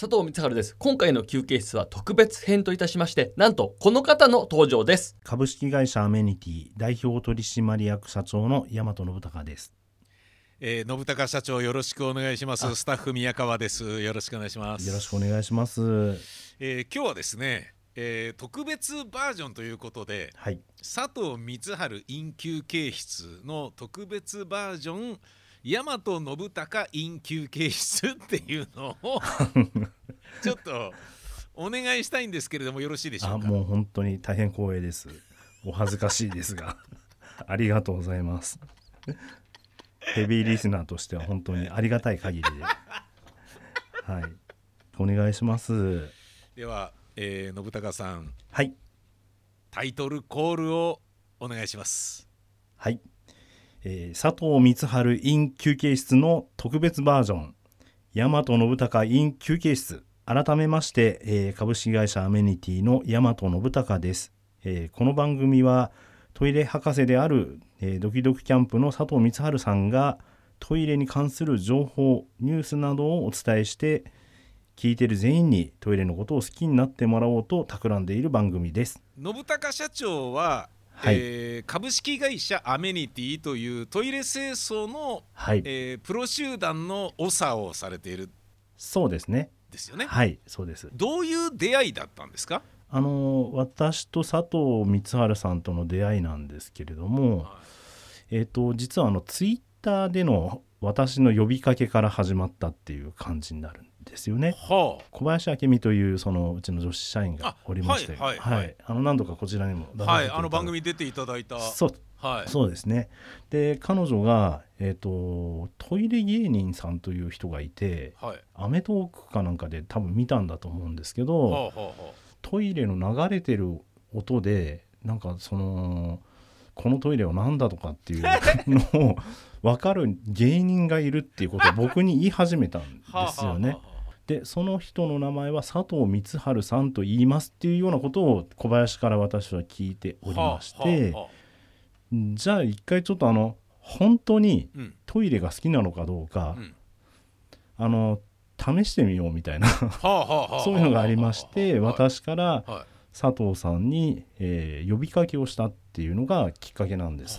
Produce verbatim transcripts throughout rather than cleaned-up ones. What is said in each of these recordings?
佐藤光晴です。今回の休憩室は特別編といたしまして、なんとこの方の登場です。 株式会社アメニティ代表取締役社長の大和信孝です。 えー、信孝社長よろしくお願いします。スタッフ宮川です。よろしくお願いします。 よろしくお願いします。 えー、今日はですね、えー、特別バージョンということで、 はい、 佐藤光晴 in 休憩室の特別バージョン大和信孝 in 休憩室っていうのをちょっとお願いしたいんですけれどもよろしいでしょうか。 あもう本当に大変光栄です。お恥ずかしいですがありがとうございます。ヘビーリスナーとしては本当にありがたい限りではい、お願いします。では、えー、信孝さん、 はい、 タイトルコールをお願いします。 はい、えー、佐藤光晴 in 休憩室の特別バージョン大和信孝 in 休憩室、改めまして、えー、株式会社アメニティの大和信孝です。えー、この番組はトイレ博士である、えー、ドキドキキャンプの佐藤光晴さんがトイレに関する情報ニュースなどをお伝えして聞いている全員にトイレのことを好きになってもらおうと企んでいる番組です。 信孝社長ははい、えー、株式会社アメニティというトイレ清掃の、はい、えー、プロ集団の長をされている。 そうですね。 ですよね。 はい、そうです。 どういう出会いだったんですか？ あの私と佐藤光晴さんとの出会いなんですけれども、はい、えーと、実はあのツイッターでの私の呼びかけから始まったっていう感じになるんですよね。はあ、小林明美というそのうちの女子社員がおりまして、はいはいはい、あの何度かこちらにも出させていただいた、 はい、あの番組出ていただいた。 そう、はい、そうですね。で彼女が、えーと、トイレ芸人さんという人がいて、はい、アメトーークかなんかで多分見たんだと思うんですけど、はあはあはあ、トイレの流れてる音でなんかそのこのトイレは何だとかっていうのを分かる芸人がいるっていうことを僕に言い始めたんですよね。でその人の名前は佐藤光晴さんと言いますっていうようなことを小林から私は聞いておりまして、じゃあ一回ちょっとあの本当にトイレが好きなのかどうか、うん、あの試してみようみたいなそういうのがありまして、私から佐藤さんに、えー、呼びかけをしたっていうのがきっかけなんです。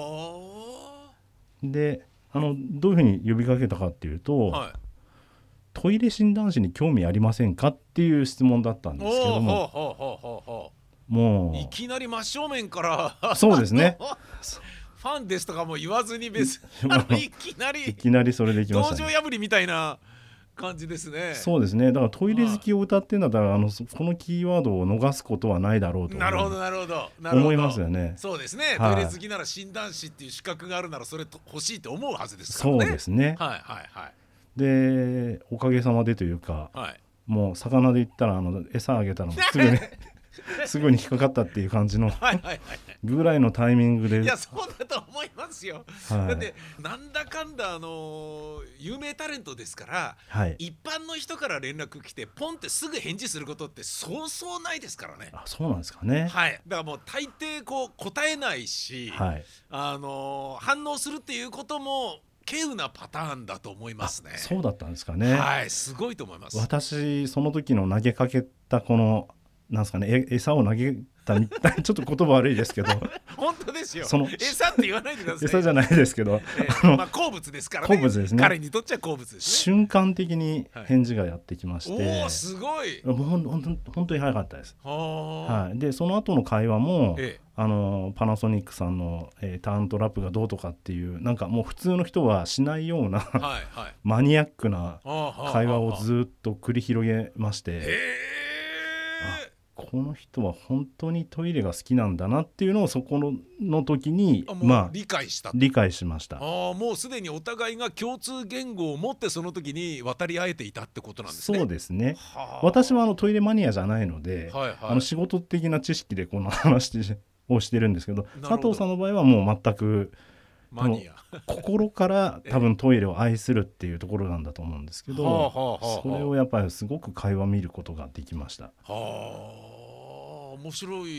であのどういうふうに呼びかけたかっていうと、はい、トイレ診断士に興味ありませんかっていう質問だったんですけども、 もういきなり真正面からそうですねファンですとかも言わずに別にいきなりいきなりそれできましたね。 道場破りみたいな感じですね。 そうですね。だからトイレ好きを歌ってんだったら、はい、あのこのキーワードを逃すことはないだろうとなるほどなるほど思いますよね。 そうですね、はい、トイレ好きなら診断士っていう資格があるならそれ欲しいって思うはずですからね。 そうですね。 はいはいはい。 でおかげさまでというか、はい、もう魚で言ったらあの餌あげたらすぐにすぐに引っかかったっていう感じのぐらいのタイミングで。 いやそうだと思いますよ、はい、だってなんだかんだあの有名タレントですから、はい、一般の人から連絡来てポンってすぐ返事することってそうそうないですからね。 あ、そうなんですかね。 はい、だからもう大抵こう答えないし、はい、あの反応するっていうことも稀有なパターンだと思いますね。 そうだったんですかね。 はい、すごいと思います。 私その時の投げかけたこのなんですかね、え餌を投げたみたいちょっと言葉悪いですけど本当ですよ。その餌って言わないでください。 餌じゃないですけど、 えーまあ、好物ですからね。 好物ですね。 彼にとっちゃ好物ですね。 瞬間的に返事がやってきまして、 はい、おーすごい。 もうほんほん本当に早かったです。はい、でその後の会話も、ええ、あのパナソニックさんの、えー、ターントラップがどうとかっていうなんかもう普通の人はしないような、はいはい、マニアックな会話をずっと繰り広げまして、へー、この人は本当にトイレが好きなんだなっていうのをそこ の, の時にあ、まあ、理解した理解しました。 あ、もうすでにお互いが共通言語を持ってその時に渡り合えていたってことなんですね。 そうですね。私はあのトイレマニアじゃないので、はいはい、あの仕事的な知識でこの話をしてるんですけど、佐藤さんの場合はもう全くマニア心から多分トイレを愛するっていうところなんだと思うんですけど、はあはあはあ、それをやっぱりすごく会話見ることができました。 はあ、面白い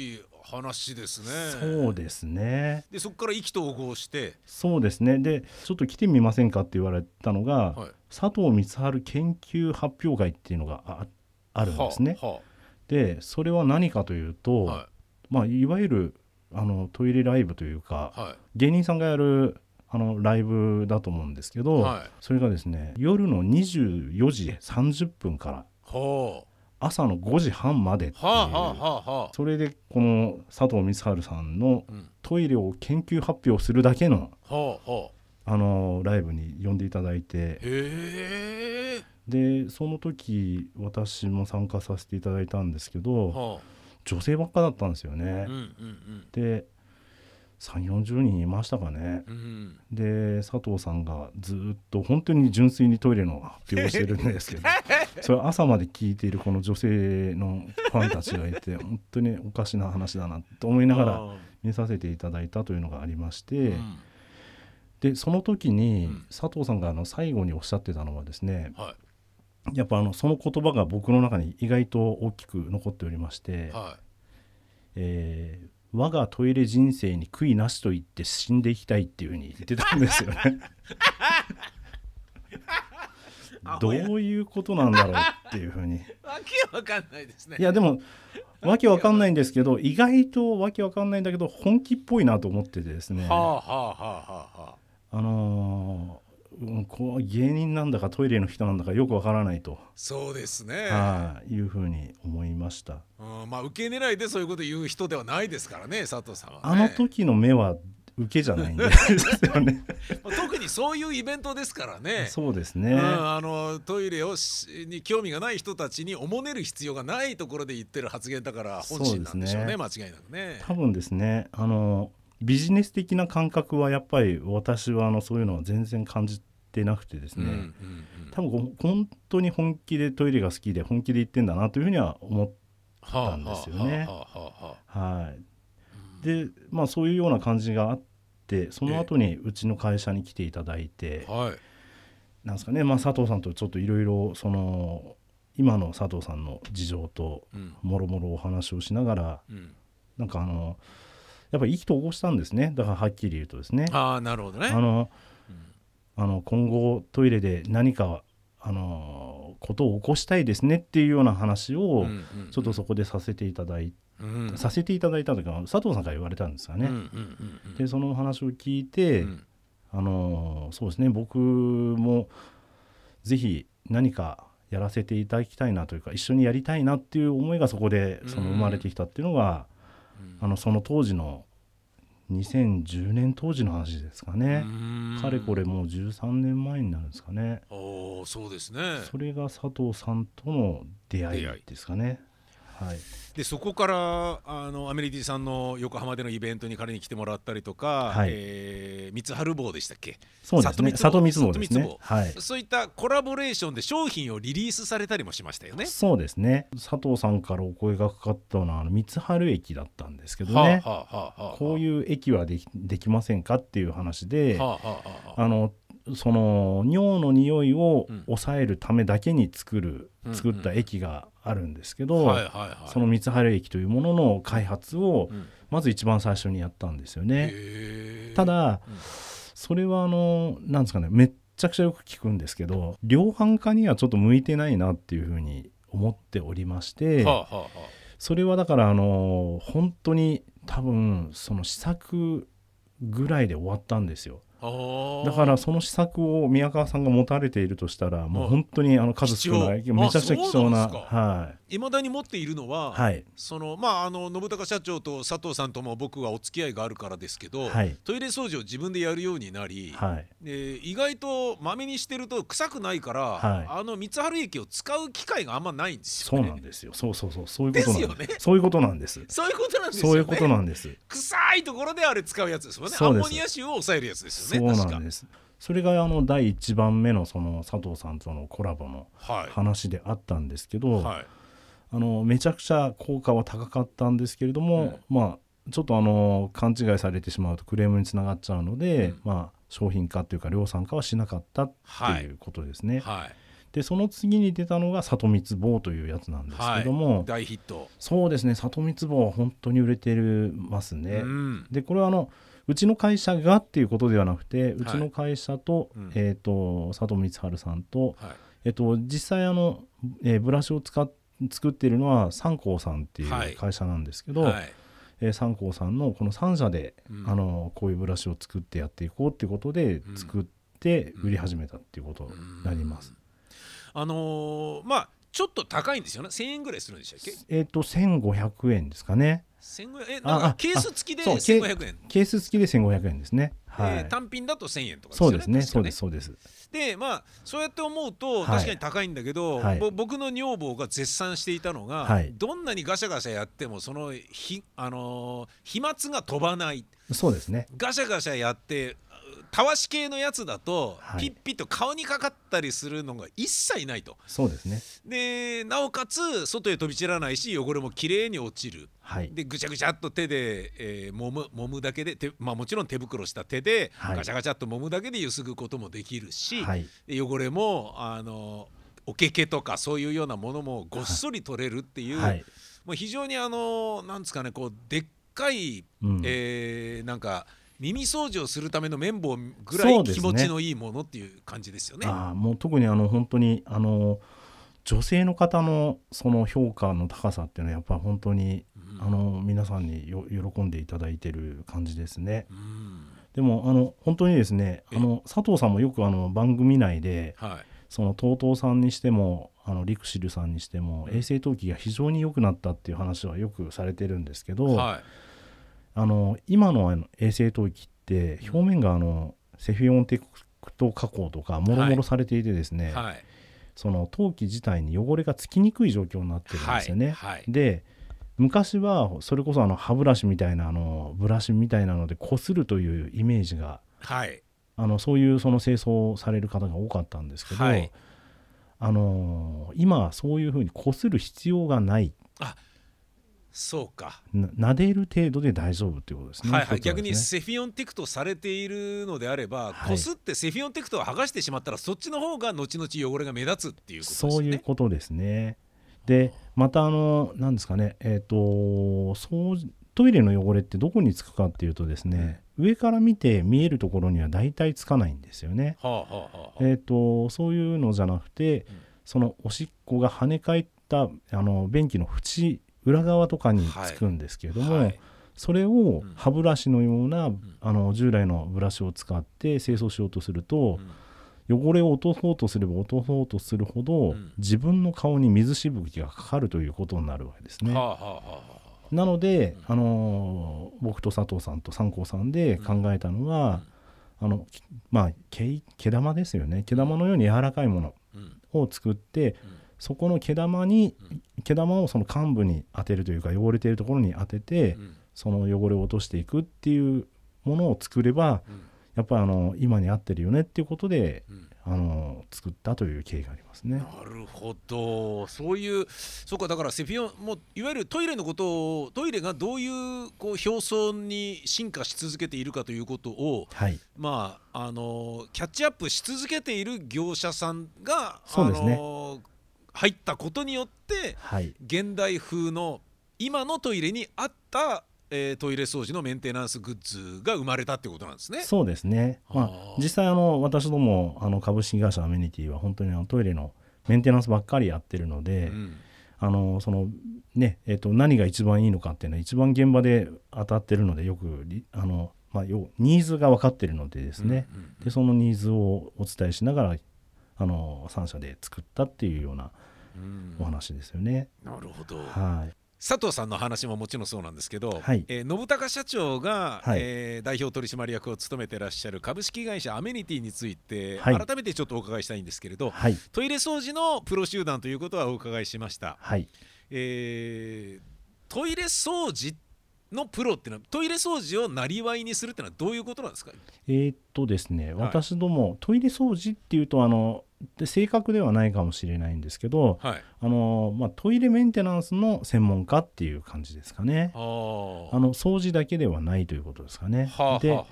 話ですね。 そうですね。 でそこから意気投合して。 そうですね。でちょっと来てみませんかって言われたのが、はい、佐藤光晴研究発表会っていうのが あ, あるんですね。はあはあ、でそれは何かというと、はい、まあ、いわゆるあのトイレライブというか、はい、芸人さんがやるあのライブだと思うんですけど、はい、それがですね夜のにじゅうよじさんじゅっぷんから、はあ、朝のごじはんまでっていう、はあはあはあ、それでこの佐藤光晴さんのトイレを研究発表するだけの、はあはあ、あのライブに呼んでいただいて、へでその時私も参加させていただいたんですけど、はあ、女性ばっかだったんですよね、うんうんうん、でさんじゅうよんじゅうにんいましたかね、うん、で佐藤さんがずっと本当に純粋にトイレの発表をしてるんですけどそれ朝まで聞いているこの女性のファンたちがいて本当におかしな話だなと思いながら見させていただいたというのがありまして、うん、でその時に佐藤さんがあの最後におっしゃってたのはですね、はい、やっぱあのその言葉が僕の中に意外と大きく残っておりまして、はい、えー我がトイレ人生に悔いなしと言って死んでいきたいっていう風に言ってたんですよねどういうことなんだろうっていう風にわけわかんないですね。 いやでもわけわかんないんですけど意外とわけわかんないんだけど本気っぽいなと思っててですね、はあはあはあはあ、あのーこう芸人なんだかトイレの人なんだかよくわからないと。 そうですね、 はあ、いうふうに思いました。 うん、まあ受け狙いでそういうこと言う人ではないですからね佐藤さんはね。 あの時の目は受けじゃないんですよね特にそういうイベントですからね。 そうですね、 うん、あのトイレをに興味がない人たちにおもねる必要がないところで言ってる発言だから本心なんでしょうね。間違いなくね。 多分ですねあのビジネス的な感覚はやっぱり私はあのそういうのは全然感じてなくてですね、うんうんうん、多分本当に本気でトイレが好きで本気で言ってんだなというふうには思ったんですよね。でまあそういうような感じがあってその後にうちの会社に来ていただいて、はい、なんですかね、まあ、佐藤さんとちょっといろいろその今の佐藤さんの事情ともろもろお話をしながら、うん、なんかあのやっぱり意気投合したんですね。だからはっきり言うとですね、 あーなるほどね、 あの、うん、あの今後トイレで何かあのことを起こしたいですねっていうような話をちょっとそこでさせていただいて、うんうん、させていただいたというか佐藤さんから言われたんですがね、うんうんうんうん、でその話を聞いて、うん、あのそうですね僕もぜひ何かやらせていただきたいなというか一緒にやりたいなっていう思いがそこでその生まれてきたっていうのが、うん、あのその当時のにせんじゅうねん当時の話ですかね。かれこれもうじゅうさんねんまえになるんですかね。 おーそうですね。 それが佐藤さんとの出会いですかね。はい、 でそこからあのアメリティさんの横浜でのイベントに彼に来てもらったりとか、はい、えー、三春坊でしたっけ。 そうですね、里光坊ですね、はい、 そういったコラボレーションで商品をリリースされたりもしましたよね。 そうですね、佐藤さんからお声がかかったのは三春駅だったんですけどね、はあはあはあはあ、こういう駅はで き, できませんかっていう話で、はあはあはあ、あのその尿の匂いを抑えるためだけに作る、うん、作った駅があるんですけど、うんうん、その三春駅というものの開発をまず一番最初にやったんですよね、うん、ただ、うん、それはあのなんですかね、めっちゃくちゃよく聞くんですけど量販化にはちょっと向いてないなっていうふうに思っておりまして、はあはあはあ、それはだからあの本当に多分その試作ぐらいで終わったんですよ。だからその施策を宮川さんが持たれているとしたらもう本当にあの数少ないめちゃくちゃ貴重な、はい、 未だに持っているのは、はい、そのまああの信孝社長と佐藤さんとも僕はお付き合いがあるからですけど、はい、トイレ掃除を自分でやるようになり、はい、で意外とまめにしてると臭くないから、はい、あの三春駅を使う機会があんまないんですよね。 そうなんですよ。そうそうそうそういうことなんですよね。 そういうことなんです。 そういうことなんですよね。 そういうことなんです。 臭いところであれ使うやつですよね。アンモニア臭を抑えるやつですよね。 そうなんです。それがあのだいいちばんめのその佐藤さんとのコラボの話であったんですけど、はい、あのめちゃくちゃ効果は高かったんですけれども、うん、まあちょっとあの勘違いされてしまうとクレームにつながっちゃうので、うん、まあ商品化というか量産化はしなかったっていうことですね。はいはい、 でその次に出たのが里光棒というやつなんですけども、 はい、大ヒット。 そうですね、里光棒は本当に売れてますね、 うん、 でこれはあのうちの会社がっていうことではなくて、うちの会社と、はい、えー、と佐藤光晴さんと、はい、えー、と実際あの、えー、ブラシを使っ作っているのは三光さんっていう会社なんですけど、はいはい、えー、三光さんのこのさん社で、うん、あのこういうブラシを作ってやっていこうっていうことで作って売り始めたっていうことになります、 うんうん、あのー、まあちょっと高いんですよね。せんえんぐらいするんでしたっけ？ えっとせんごひゃくえんですかね。 せんごひゃくえん、なんかケース付きでせんごひゃくえん。 ケース付きでせんごひゃくえんですね。 はい、えー、単品だとせんえんとかですよね。 そうですね。そうですそうです。 でまあそうやって思うと確かに高いんだけど、はい、僕の女房が絶賛していたのが、はい、どんなにガシャガシャやってもそのひあのー、飛沫が飛ばない。 そうですね。 ガシャガシャやってたわし系のやつだと、はい、ピッピッと顔にかかったりするのが一切ないと。 そうですね。 でなおかつ外へ飛び散らないし汚れもきれいに落ちる、はい、でぐちゃぐちゃっと手で、えー、揉む揉むだけで手、まあ、もちろん手袋した手で、はい、ガチャガチャっと揉むだけでゆすぐこともできるし、はい、で汚れもあのおけけとかそういうようなものもごっそり取れるっていう、はい、もう非常にあのなんですかね、こうでっかい、うん、えー、なんか耳掃除をするための綿棒ぐらい気持ちのいいものっていう感じですよね。 あ、もう特にあの本当にあの女性の方のその評価の高さっていうのはやっぱ本当に、うん、あの皆さんによ喜んでいただいてる感じですね、うん、でもあの本当にですね、あの佐藤さんもよくあの番組内で、はい、その トートー さんにしてもあのリクシルさんにしても、うん、衛生陶器が非常に良くなったっていう話はよくされてるんですけど、はい、あの今の衛生陶器って表面があのセフィオンテクト加工とかもろもろされていてですね、はいはい、その陶器自体に汚れがつきにくい状況になってるんですよね、はいはい、で昔はそれこそあの歯ブラシみたいなあのブラシみたいなのでこするというイメージが、はい、あのそういうその清掃される方が多かったんですけど、はい、あの今はそういうふうにこする必要がない。 あ、そうか、 な撫でる程度で大丈夫ということですね。 はいはい、逆にセフィオンテクトされているのであれば、はい、こすってセフィオンテクトを剥がしてしまったらそっちの方が後々汚れが目立つっていうことですね。 そういうことですね。でまたあの何ですかね、えーと掃除トイレの汚れってどこにつくかっていうとですね、うん、上から見て見えるところには大体つかないんですよね、はあはあはあ、えーとそういうのじゃなくて、うん、そのおしっこが跳ね返ったあの便器の縁裏側とかにつくんですけれども、はいはい、それを歯ブラシのような、うん、あの従来のブラシを使って清掃しようとすると、うん、汚れを落とそうとすれば落とそうとするほど、うん、自分の顔に水しぶきがかかるということになるわけですね、はあはあはあ、なので、うん、あの僕と佐藤さんと三光さんで考えたのは、うん、あのまあ 毛, 毛玉ですよね。毛玉のように柔らかいものを作って、うん、そこの毛玉に、うん、毛玉をその患部に当てるというか汚れているところに当てて、うん、その汚れを落としていくっていうものを作れば、うん、やっぱりあの今に合ってるよねっていうことで、うん、あの作ったという経緯がありますね。 なるほど、そういうそうか、だからセフィオンもいわゆるトイレのことを、トイレがどういうこう表層に進化し続けているかということを、はい、まああのキャッチアップし続けている業者さんが、 そうですね、 あの入ったことによって、はい、現代風の今のトイレに合ったえー、トイレ掃除のメンテナンスグッズが生まれたってことなんですね。 そうですね、まあ、実際あの私どもあの株式会社アメニティは本当にあのトイレのメンテナンスばっかりやってるので、うん、あのそのねえー、と何が一番いいのかっていうのは一番現場で当たってるのでよくあの、まあ、よニーズが分かってるのでですね、うんうんうん、でそのニーズをお伝えしながらあのさん社で作ったっていうようなお話ですよね。 うん、なるほど、 はい、 佐藤さんの話ももちろんそうなんですけど、 はい、 えー、信高社長が、はい、えー、代表取締役を務めていらっしゃる株式会社アメニティについて、はい、改めてちょっとお伺いしたいんですけれど、はい、トイレ掃除のプロ集団ということはお伺いしました、はい、えー、トイレ掃除のプロっていうのはトイレ掃除をなりわいにするっていうのはどういうことなんですか？ えー、っとですね、私ども、はい、トイレ掃除っていうとあので正確ではないかもしれないんですけど、はい、あのまあ、トイレメンテナンスの専門家っていう感じですかね。あの掃除だけではないということですかね。はあ、で、はあはあ、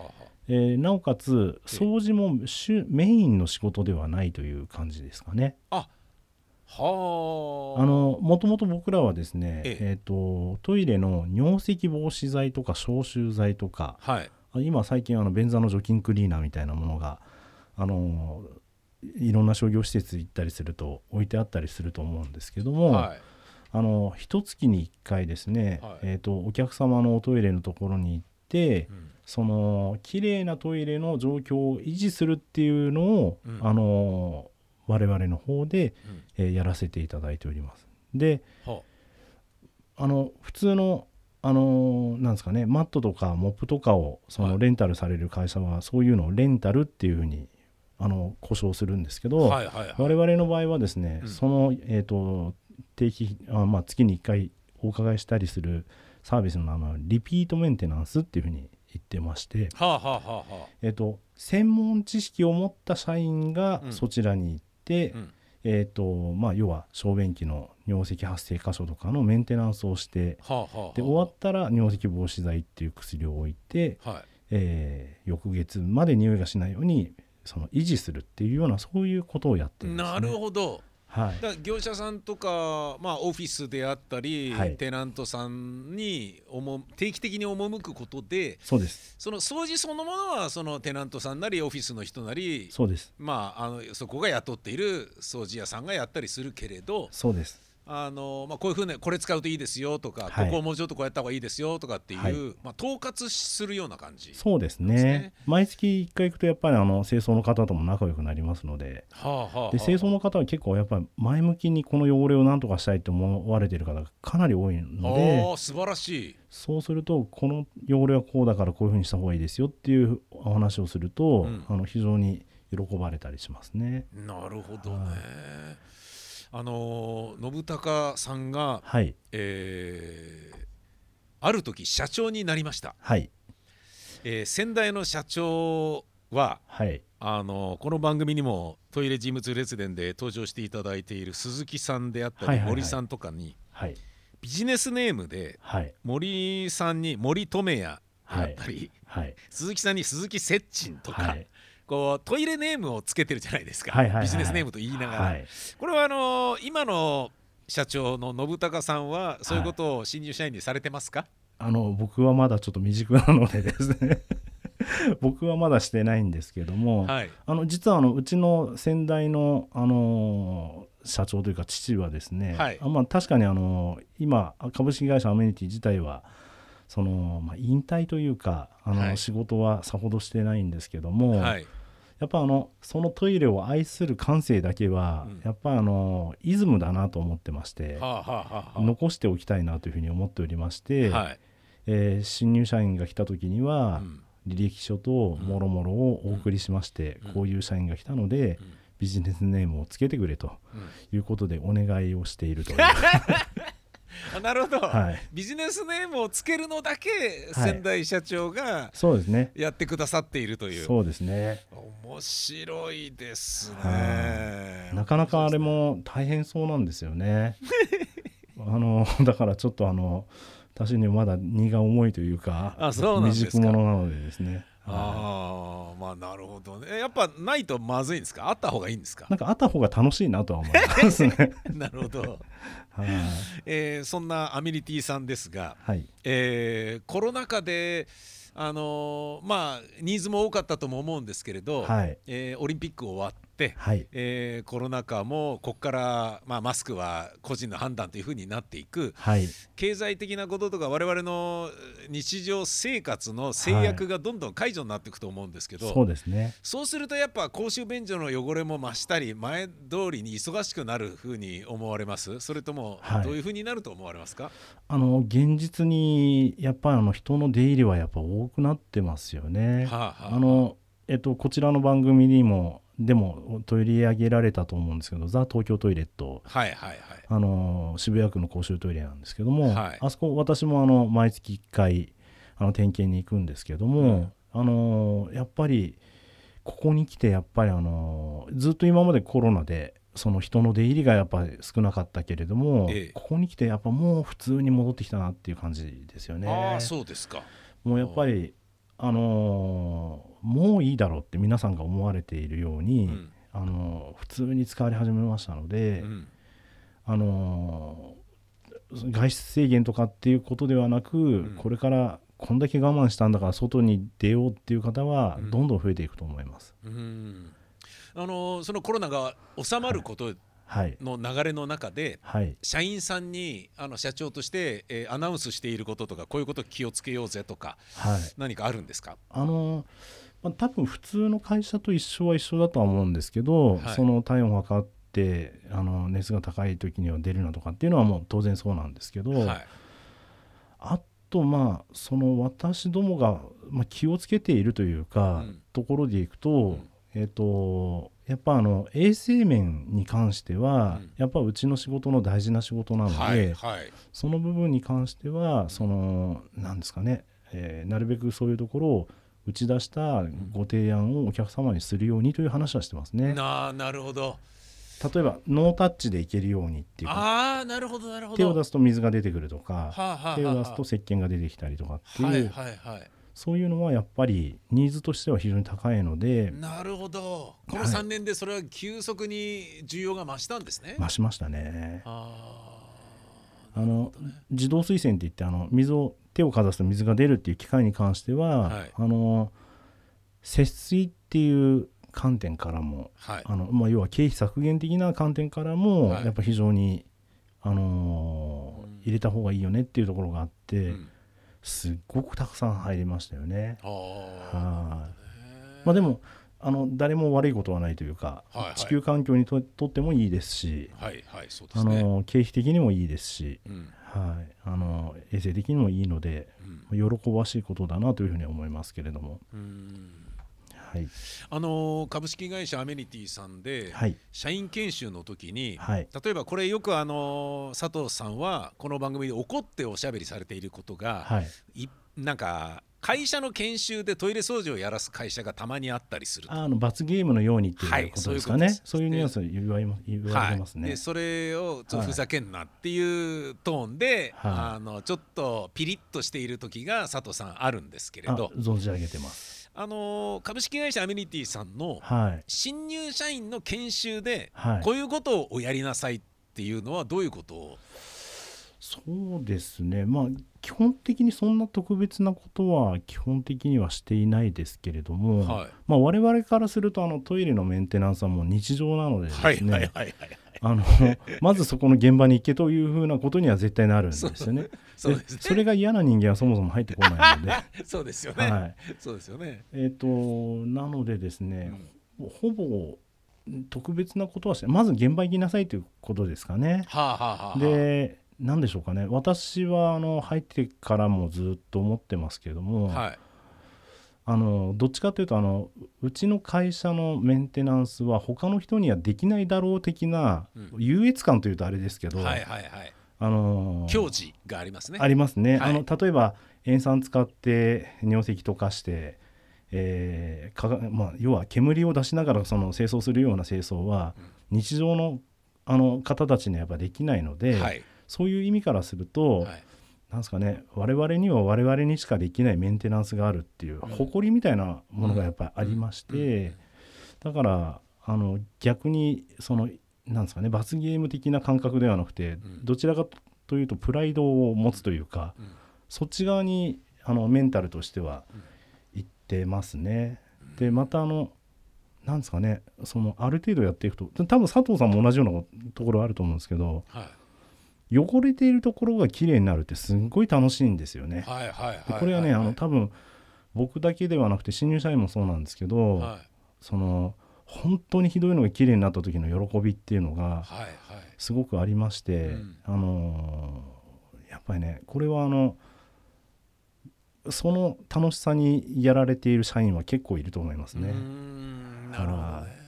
えー、なおかつ掃除もメインの仕事ではないという感じですかね。 あはあのもともと僕らはですね、 えええー、とトイレの尿石防止剤とか消臭剤とか、 はい、 今最近あの便座の除菌クリーナーみたいなものがあのいろんな商業施設行ったりすると置いてあったりすると思うんですけども、 はい、 あの一月にいっかいですね、 はい、 えー、とお客様のおトイレのところに行って、 うん、 その綺麗なトイレの状況を維持するっていうのを、うん、あの我々の方で、うんえー、やらせていただいております。で、あの普通のあのなんですかね、マットとかモップとかをそのレンタルされる会社はそういうのをレンタルっていうふうにあの故障するんですけど、 はいはいはい、 我々の場合はですね、うん、その、えーと、定期あ、まあ、月にいっかいお伺いしたりするサービスの名前はリピートメンテナンスっていうふうに言ってまして、 はあはあはあ、 えーと、専門知識を持った社員がそちらに行って、うんうんえーとまあ、要は小便器の尿石発生箇所とかのメンテナンスをして、はあはあはあ、で終わったら尿石防止剤っていう薬を置いて、はいえー、翌月まで匂いがしないようにその維持するっていうようなそういうことをやってるんですね。 なるほど、 はい、 だから業者さんとか、まあ、オフィスであったり、 はい、 テナントさんに定期的に赴くことで、 そうです。 その掃除そのものはそのテナントさんなりオフィスの人なり、 そうです。 まあ、あのそこが雇っている掃除屋さんがやったりするけれど、 そうです。 あのまあ、こういうふうにこれ使うといいですよとか、はい、ここをもうちょっとこうやった方がいいですよとかっていう、はいまあ、統括するような感じ。 そうですね。毎月いっかい行くとやっぱりあの清掃の方とも仲良くなりますので、 はあはあはあ、 で清掃の方は結構やっぱり前向きにこの汚れを何とかしたいと思われている方がかなり多いので、 あ素晴らしい。 そうするとこの汚れはこうだからこういうふうにした方がいいですよっていうお話をすると、うん、あの非常に喜ばれたりしますね。 なるほどね。はい、あの信孝さんが、 はいえー、ある時社長になりました。 はいえー、先代の社長は、 はい、 あのこの番組にもトイレ人物列伝で登場していただいている鈴木さんであったり、はいはいはい、森さんとかに、はい、ビジネスネームで、はい、森さんに森留谷であったり、はいはい、鈴木さんに鈴木接近とか、はいこうトイレネームをつけてるじゃないですか、はいはいはいはい、ビジネスネームと言いながら、はい、これはあの今の社長の信孝さんはそういうことを新入社員にされてますか？はい、 あの僕はまだちょっと未熟なのでですね僕はまだしてないんですけども、はい、あの実はあのうちの先代の、あのー、社長というか父はですね、はいあまあ、確かにあの今株式会社アメニティ自体はそのまあ、引退というかあの、はい、仕事はさほどしてないんですけども、はい、やっぱあのそのトイレを愛する感性だけは、うん、やっぱあのイズムだなと思ってまして、はあはあはあ、残しておきたいなというふうに思っておりまして、はいえー、新入社員が来た時には、うん、履歴書ともろもろをお送りしまして、うん、こういう社員が来たので、うん、ビジネスネームをつけてくれということでお願いをしているというなるほど、 はい、 ビジネスネームをつけるのだけ先代社長がそうですねやってくださっているという。 そうですね。 面白いですね。 なかなかあれも大変そうなんですよねあのだからちょっとあの私にはまだ荷が重いというか、 あそうなんですか。 未熟者なのでですね。 ああまあなるほどね。やっぱないとまずいんですか？あった方がいいんですか？ なんかあった方が楽しいなとは思いますねなるほどはえー、そんなアメニティさんですが、 はいえー、コロナ禍であのー、まあニーズも多かったとも思うんですけれど、はいえー、オリンピック終わって、はいえー、コロナ禍もここから、まあ、マスクは個人の判断というふうになっていく、はい、経済的なこととか我々の日常生活の制約がどんどん解除になっていくと思うんですけど、はい、 そうですね。 そうするとやっぱ公衆便所の汚れも増したり前通りに忙しくなるふうに思われます？それともどういうふうになると思われますか？はい、 あの現実にやっぱりあの人の出入りはやっぱ多くなってますよね。はあはあ、あのえっと、こちらの番組にもでも取り上げられたと思うんですけど、ザ・東京トイレット、 はいはいはい、 あの渋谷区の公衆トイレなんですけども、はい、あそこ私もあの毎月いっかいあの点検に行くんですけども、うん、あのやっぱりここに来てやっぱりあのずっと今までコロナでその人の出入りがやっぱり少なかったけれども、ええ、ここに来てやっぱもう普通に戻ってきたなっていう感じですよね。 ああそうですか。 もうやっぱりあのー、もういいだろうって皆さんが思われているように、うん、あのー、普通に使われ始めましたので、うん、あのー、外出制限とかっていうことではなく、うん、これからこんだけ我慢したんだから外に出ようっていう方はどんどん増えていくと思います、 うんうん、あのそのコロナが収まることの流れの中で、はい、社員さんにあの社長として、えー、アナウンスしていることとかこういうこと気をつけようぜとか、はい、何かあるんですか？ あの、まあ、多分普通の会社と一緒は一緒だとは思うんですけど、はい、その体温を測ってあの熱が高い時には出るなとかっていうのはもう当然そうなんですけど、はい、あとまあその私どもが、まあ、気をつけているというか、うん、ところでいくと、うんえーと、やっぱあの衛生面に関しては、うん、やっぱうちの仕事の大事な仕事なので、はいはい、その部分に関してはそのなんですかね、えー、なるべくそういうところを打ち出したご提案をお客様にするようにという話はしてますね。 な, なるほど。 例えばノータッチでいけるようにっていうか、 あ、なるほどなるほど。 手を出すと水が出てくるとか、はあはあはあ、手を出すと石鹸が出てきたりとかっていう、はいはいはい、そういうのはやっぱりニーズとしては非常に高いので。 なるほど。このさんねんでそれは急速に需要が増したんですね。 増しましたね。ああの、ね、自動水栓っていってあの水を手をかざすと水が出るっていう機械に関しては、はい、あの節水っていう観点からも、はい、あのまあ、要は経費削減的な観点からも、はい、やっぱ非常に、あのーうん、入れた方がいいよねっていうところがあって、うん、すっごくたくさん入りましたよね。あはまあでもあの誰も悪いことはないというか、はいはい、地球環境に と, とってもいいですし、はいはい、そうですね、あの経費的にもいいですし、うんはい、あの衛生的にもいいので、うん、喜ばしいことだなというふうに思いますけれども、うんはい、 あの株式会社アメニティさんで、はい、社員研修の時に、はい、例えばこれよくあの佐藤さんはこの番組で怒っておしゃべりされていることが、はい、なんか会社の研修でトイレ掃除をやらす会社がたまにあったりすると、 あの罰ゲームのようにっていうことですかね、はい、そういうニュアンス言われますね、 はい、でそれをちょっとふざけんなっていうトーンで、はい、あのちょっとピリッとしている時が佐藤さんあるんですけれど、 存じ上げてます。 あの株式会社アメニティさんの新入社員の研修でこういうことをおやりなさいっていうのはどういうことを？ そうですね、まあ基本的にそんな特別なことは基本的にはしていないですけれども、はい、まあ、我々からするとあのトイレのメンテナンスはもう日常なのでですね、あのまずそこの現場に行けというふうなことには絶対なるんですよね。そうですね。それが嫌な人間はそもそも入ってこないのでそうですよね、はい、そうですよね。 えーとなのでですね、うん、ほぼ特別なことはしてまず現場行きなさいということですかね。はあはあはあ、で何でしょうかね、私はあの入ってからもずっと思ってますけれども、はい、あのどっちかというとあのうちの会社のメンテナンスは他の人にはできないだろう的な、うん、優越感というとあれですけど、はいはいはい、あの矜持がありますね。 ありますね、はい、あの例えば塩酸使って尿石溶かして、えーかまあ、要は煙を出しながらその清掃するような清掃は、うん、日常の、あの方たちにはやっぱできないので、はい、そういう意味からすると、はい、なんですかね、我々には我々にしかできないメンテナンスがあるっていう誇りみたいなものがやっぱりありまして、うんうん、だからあの逆にそのなんですかね、罰ゲーム的な感覚ではなくて、うん、どちらかというとプライドを持つというか、うん、そっち側にあのメンタルとしてはいってますね、うん、でまたあのなんですかね、そのある程度やっていくと多分佐藤さんも同じようなところあると思うんですけど、はい、汚れているところが綺麗になるってすごい楽しいんですよね。はいはいはいはい、でこれはね、あの多分僕だけではなくて新入社員もそうなんですけど、はい、その本当にひどいのが綺麗になった時の喜びっていうのがすごくありまして、はいはい、うん、あのー、やっぱりねこれはあのその楽しさにやられている社員は結構いると思いますね。うーん、なるほどね。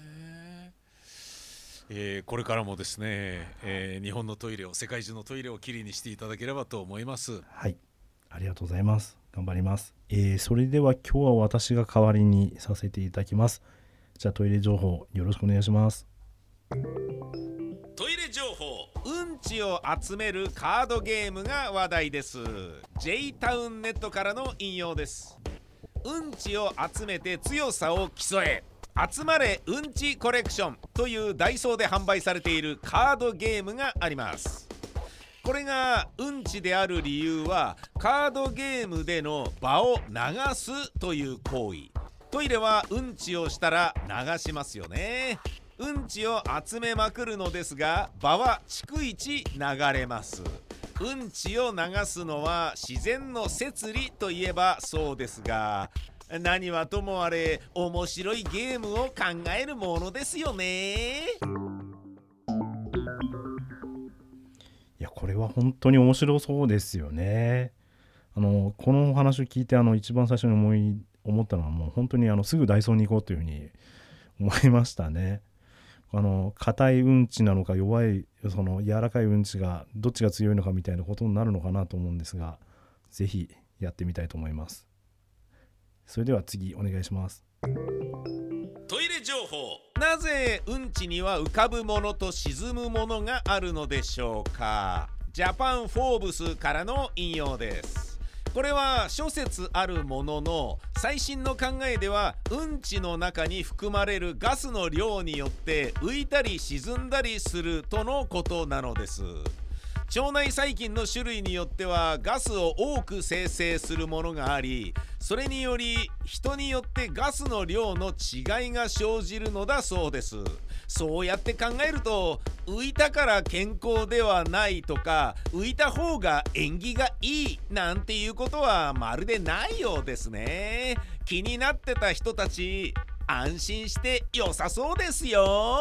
えー、これからもですね、えー、日本のトイレを世界中のトイレをきれいにしていただければと思います。 はい、ありがとうございます。頑張ります。えー、それでは今日は私が代わりにさせていただきます。じゃあトイレ情報よろしくお願いします。 トイレ情報、うんちを集めるカードゲームが話題です。 J タウンネットからの引用です。 うんちを集めて強さを競え、集まれうんちコレクションというダイソーで販売されているカードゲームがあります。これがうんちである理由は、カードゲームでの場を流すという行為。トイレはうんちをしたら流しますよね。うんちを集めまくるのですが、場は逐一流れます。うんちを流すのは自然の摂理といえばそうですが、何はともあれ面白いゲームを考えるものですよね。いや、これは本当に面白そうですよね。あのこのお話を聞いて、あの一番最初に思い思ったのは、もう本当にあのすぐダイソーに行こうというふうに思いましたね。あの硬いうんちなのか弱いその柔らかいうんちがどっちが強いのかみたいなことになるのかなと思うんですが、ぜひやってみたいと思います。それでは次お願いします。 トイレ情報。なぜうんちには浮かぶものと沈むものがあるのでしょうか。ジャパンフォーブスからの引用です。これは諸説あるものの、最新の考えではうんちの中に含まれるガスの量によって浮いたり沈んだりするとのことなのです。腸内細菌の種類によってはガスを多く生成するものがあり、それにより人によってガスの量の違いが生じるのだそうです。そうやって考えると、浮いたから健康ではないとか、浮いた方が縁起がいいなんていうことはまるでないようですね。気になってた人たち、安心して良さそうですよ。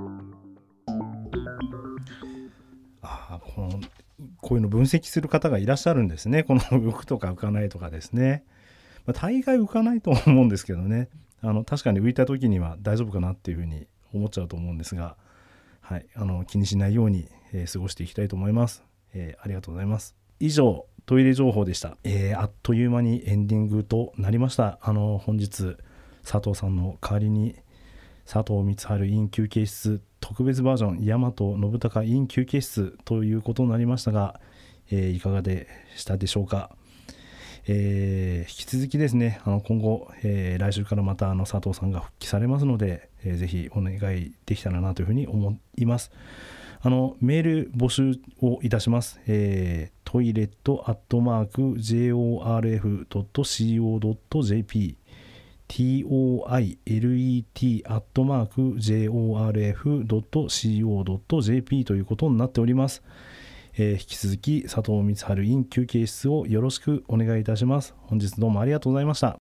あこのこういうの分析する方がいらっしゃるんですね。この浮くとか浮かないとかですね。まあ、大概浮かないと思うんですけどね。あの確かに浮いた時には大丈夫かなっていうふうに思っちゃうと思うんですが、はい、あの気にしないように、えー、過ごしていきたいと思います、えー、ありがとうございます。以上トイレ情報でした、えー、あっという間にエンディングとなりました。あの本日佐藤さんの代わりに佐藤光晴 in 休憩室特別バージョン大和信孝 in 休憩室ということになりましたが、えー、いかがでしたでしょうか。えー、引き続きですね、あの今後、えー、来週からまたあの佐藤さんが復帰されますので、えー、ぜひお願いできたらなというふうに思います。あのメール募集をいたします。えー、トイレットアットマーク ジェイオーアールエフドットシーオードットジェーピートイレット アットマーク ジェイオーアールエフドットシーオードットジェーピー ということになっております。えー、引き続き佐藤光晴 in 休憩室をよろしくお願いいたします。本日どうもありがとうございました。